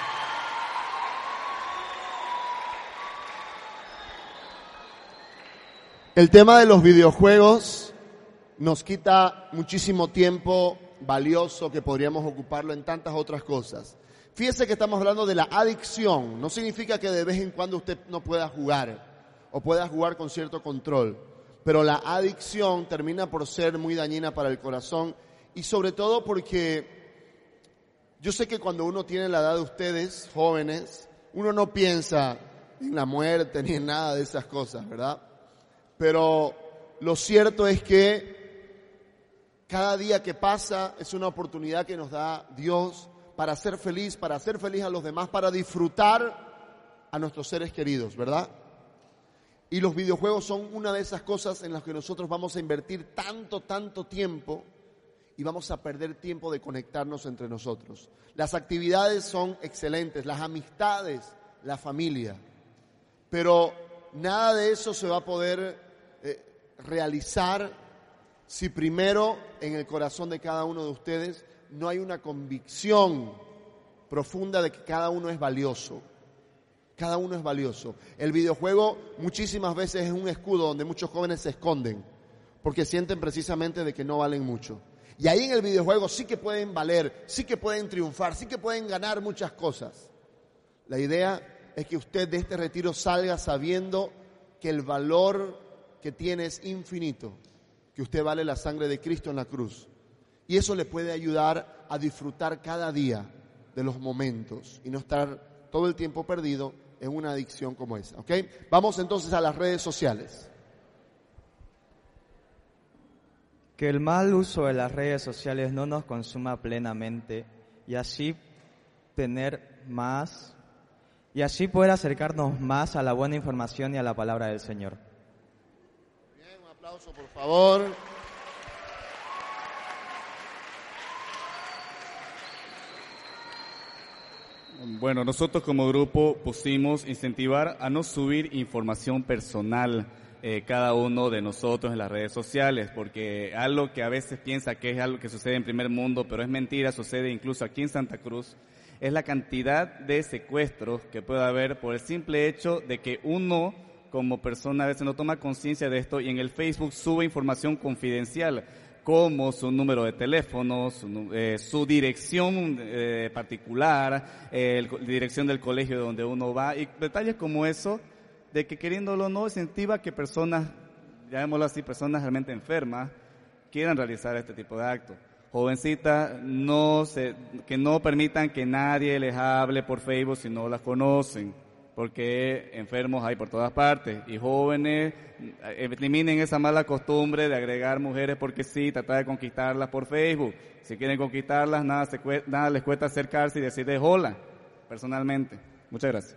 El tema de los videojuegos nos quita muchísimo tiempo valioso que podríamos ocuparlo en tantas otras cosas. Fíjese que estamos hablando de la adicción. No significa que de vez en cuando usted no pueda jugar o pueda jugar con cierto control. Pero la adicción termina por ser muy dañina para el corazón y sobre todo porque yo sé que cuando uno tiene la edad de ustedes, jóvenes, uno no piensa en la muerte ni en nada de esas cosas, ¿verdad? Pero lo cierto es que cada día que pasa es una oportunidad que nos da Dios para ser feliz a los demás, para disfrutar a nuestros seres queridos, ¿verdad? Y los videojuegos son una de esas cosas en las que nosotros vamos a invertir tanto tiempo y vamos a perder tiempo de conectarnos entre nosotros. Las actividades son excelentes, las amistades, la familia, pero nada de eso se va a poder realizar si primero en el corazón de cada uno de ustedes no hay una convicción profunda de que cada uno es valioso. Cada uno es valioso. El videojuego muchísimas veces es un escudo donde muchos jóvenes se esconden porque sienten precisamente de que no valen mucho. Y ahí en el videojuego sí que pueden valer, sí que pueden triunfar, sí que pueden ganar muchas cosas. La idea es que usted de este retiro salga sabiendo que el valor que tiene es infinito, que usted vale la sangre de Cristo en la cruz. Y eso le puede ayudar a disfrutar cada día de los momentos y no estar todo el tiempo perdido en una adicción como esa, ¿ok? Vamos entonces a las redes sociales. Que el mal uso de las redes sociales no nos consuma plenamente y así poder acercarnos más a la buena información y a la palabra del Señor. Bien, un aplauso por favor. Bueno, nosotros como grupo pusimos incentivar a no subir información personal cada uno de nosotros en las redes sociales, porque algo que a veces piensa que es algo que sucede en primer mundo, pero es mentira, sucede incluso aquí en Santa Cruz, es la cantidad de secuestros que puede haber por el simple hecho de que uno como persona a veces no toma conciencia de esto y en el Facebook sube información confidencial, como su número de teléfono, su dirección particular, dirección del colegio donde uno va, y detalles como eso, de que queriéndolo no incentiva que personas, llamémoslo así, personas realmente enfermas, quieran realizar este tipo de actos. Jovencitas, que no permitan que nadie les hable por Facebook si no las conocen, porque enfermos hay por todas partes. Y jóvenes, eliminen esa mala costumbre de agregar mujeres porque sí, tratar de conquistarlas por Facebook. Si quieren conquistarlas, nada les cuesta acercarse y decirles hola, personalmente. Muchas gracias.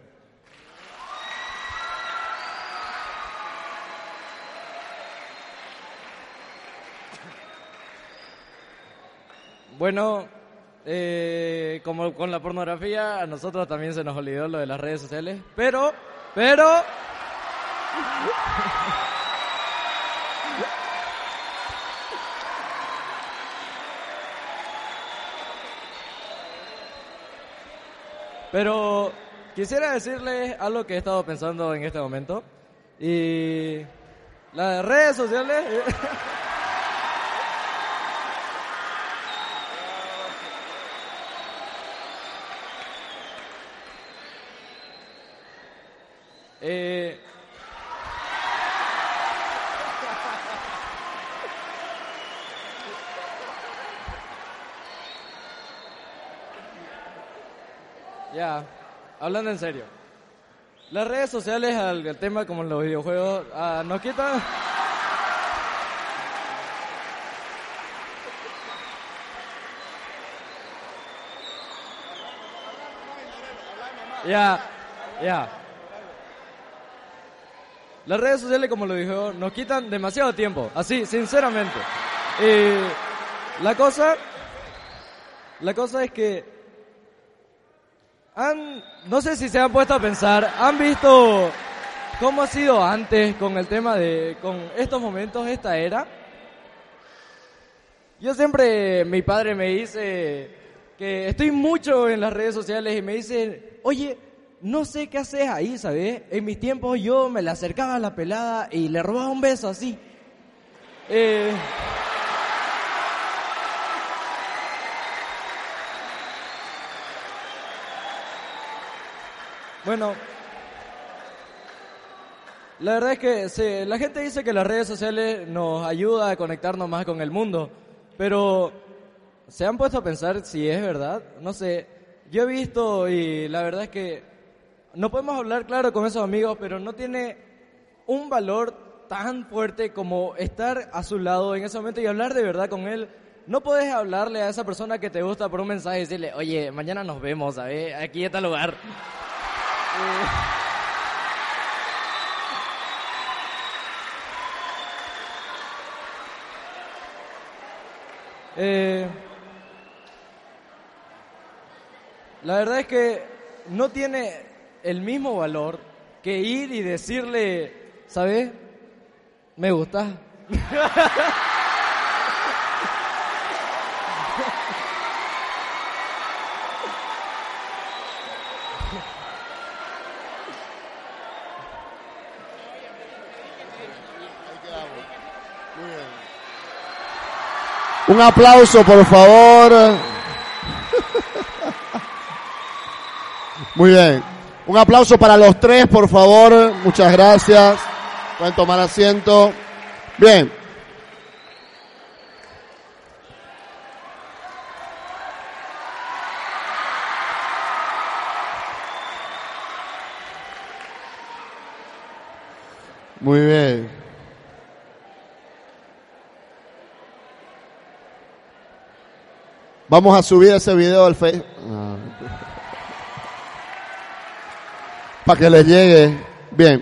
Bueno, como con la pornografía, a nosotros también se nos olvidó lo de las redes sociales, pero... Pero quisiera decirles algo que he estado pensando en este momento. Y las redes sociales... Ya, hablando en serio. Las redes sociales al tema como los videojuegos nos quitan... Ya. Las redes sociales, como lo dijo, nos quitan demasiado tiempo, así, sinceramente. La cosa es que no sé si se han puesto a pensar, ¿han visto cómo ha sido antes con el tema con estos momentos, esta era? Yo siempre, mi padre me dice que estoy mucho en las redes sociales y me dice, oye, no sé qué haces ahí, ¿sabes? En mis tiempos yo me le acercaba a la pelada y le robaba un beso así. Bueno, la verdad es que la gente dice que las redes sociales nos ayudan a conectarnos más con el mundo, pero ¿se han puesto a pensar si es verdad? No sé, yo he visto y la verdad es que no podemos hablar claro con esos amigos, pero no tiene un valor tan fuerte como estar a su lado en ese momento y hablar de verdad con él. No puedes hablarle a esa persona que te gusta por un mensaje y decirle, oye, mañana nos vemos, ¿sabes? Aquí en tal lugar. La verdad es que no tiene el mismo valor que ir y decirle, ¿sabes? Me gusta. Muy bien. Un aplauso, por favor. Muy bien. Un aplauso para los tres, por favor. Muchas gracias. Pueden tomar asiento. Bien. Muy bien. Vamos a subir ese video al Facebook. Para que les llegue. Bien.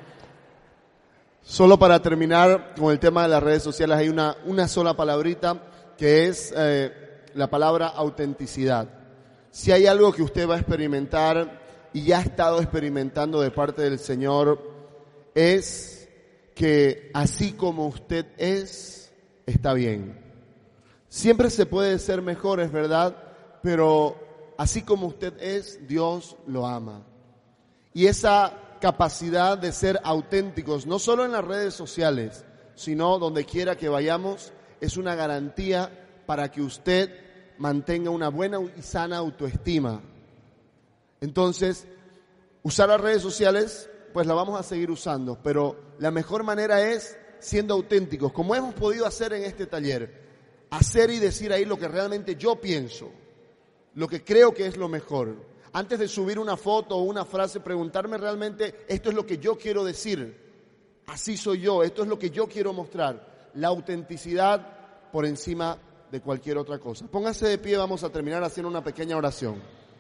Solo para terminar con el tema de las redes sociales, hay una sola palabrita que es la palabra autenticidad. Si hay algo que usted va a experimentar y ya ha estado experimentando de parte del Señor, es que así como usted es, está bien. Siempre se puede ser mejor, es verdad, pero así como usted es, Dios lo ama. Y esa capacidad de ser auténticos, no solo en las redes sociales, sino donde quiera que vayamos, es una garantía para que usted mantenga una buena y sana autoestima. Entonces, usar las redes sociales, pues la vamos a seguir usando, pero la mejor manera es siendo auténticos, como hemos podido hacer en este taller. Hacer y decir ahí lo que realmente yo pienso, lo que creo que es lo mejor. Antes de subir una foto o una frase, preguntarme realmente, esto es lo que yo quiero decir, así soy yo, esto es lo que yo quiero mostrar. La autenticidad por encima de cualquier otra cosa. Póngase de pie, vamos a terminar haciendo una pequeña oración.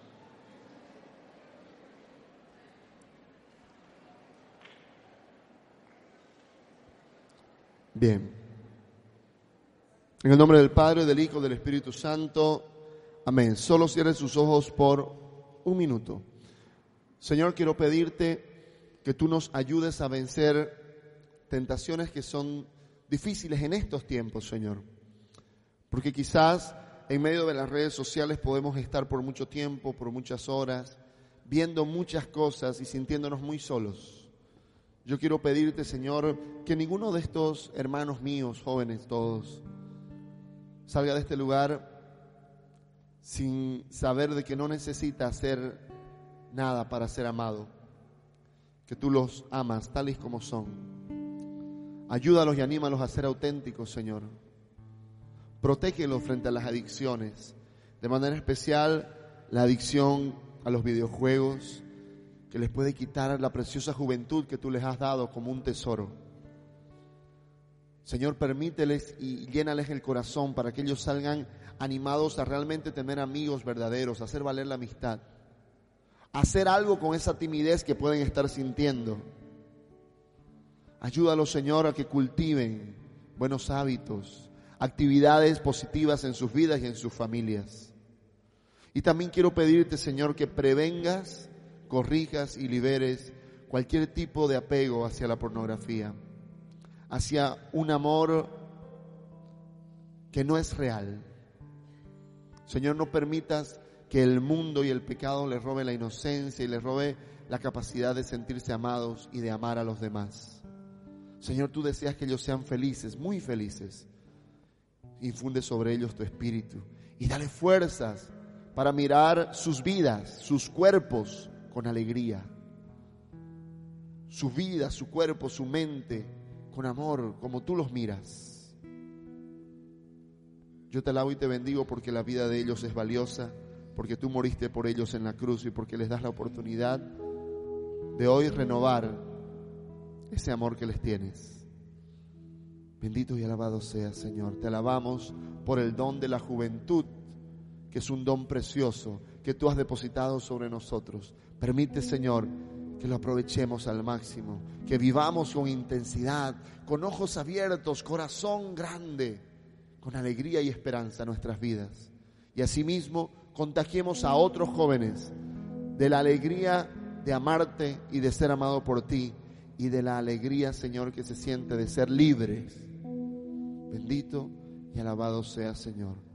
Bien. En el nombre del Padre, del Hijo, del Espíritu Santo. Amén. Solo cierre sus ojos por un minuto. Señor, quiero pedirte que tú nos ayudes a vencer tentaciones que son difíciles en estos tiempos, Señor. Porque quizás en medio de las redes sociales podemos estar por mucho tiempo, por muchas horas, viendo muchas cosas y sintiéndonos muy solos. Yo quiero pedirte, Señor, que ninguno de estos hermanos míos, jóvenes todos, salga de este lugar sin saber de que no necesita hacer nada para ser amado, que tú los amas tales como son. Ayúdalos y anímalos a ser auténticos, Señor. Protégelos frente a las adicciones, de manera especial la adicción a los videojuegos, que les puede quitar la preciosa juventud que tú les has dado como un tesoro. Señor, permíteles y llénales el corazón para que ellos salgan animados a realmente tener amigos verdaderos, a hacer valer la amistad, a hacer algo con esa timidez que pueden estar sintiendo. Ayúdalos, Señor, a que cultiven buenos hábitos, actividades positivas en sus vidas y en sus familias. Y también quiero pedirte, Señor, que prevengas, corrijas y liberes cualquier tipo de apego hacia la pornografía, hacia un amor que no es real. Señor, no permitas que el mundo y el pecado les robe la inocencia y les robe la capacidad de sentirse amados y de amar a los demás. Señor, tú deseas que ellos sean felices, muy felices. Infunde sobre ellos tu espíritu y dale fuerzas para mirar sus vidas, sus cuerpos con alegría. Su vida, su cuerpo, su mente con amor, como tú los miras. Yo te alabo y te bendigo porque la vida de ellos es valiosa, porque tú moriste por ellos en la cruz y porque les das la oportunidad de hoy renovar ese amor que les tienes. Bendito y alabado seas, Señor. Te alabamos por el don de la juventud, que es un don precioso que tú has depositado sobre nosotros. Permite, Señor, que lo aprovechemos al máximo, que vivamos con intensidad, con ojos abiertos, corazón grande, con alegría y esperanza nuestras vidas. Y asimismo contagiemos a otros jóvenes de la alegría de amarte y de ser amado por ti, y de la alegría, Señor, que se siente de ser libres. Bendito y alabado sea, Señor.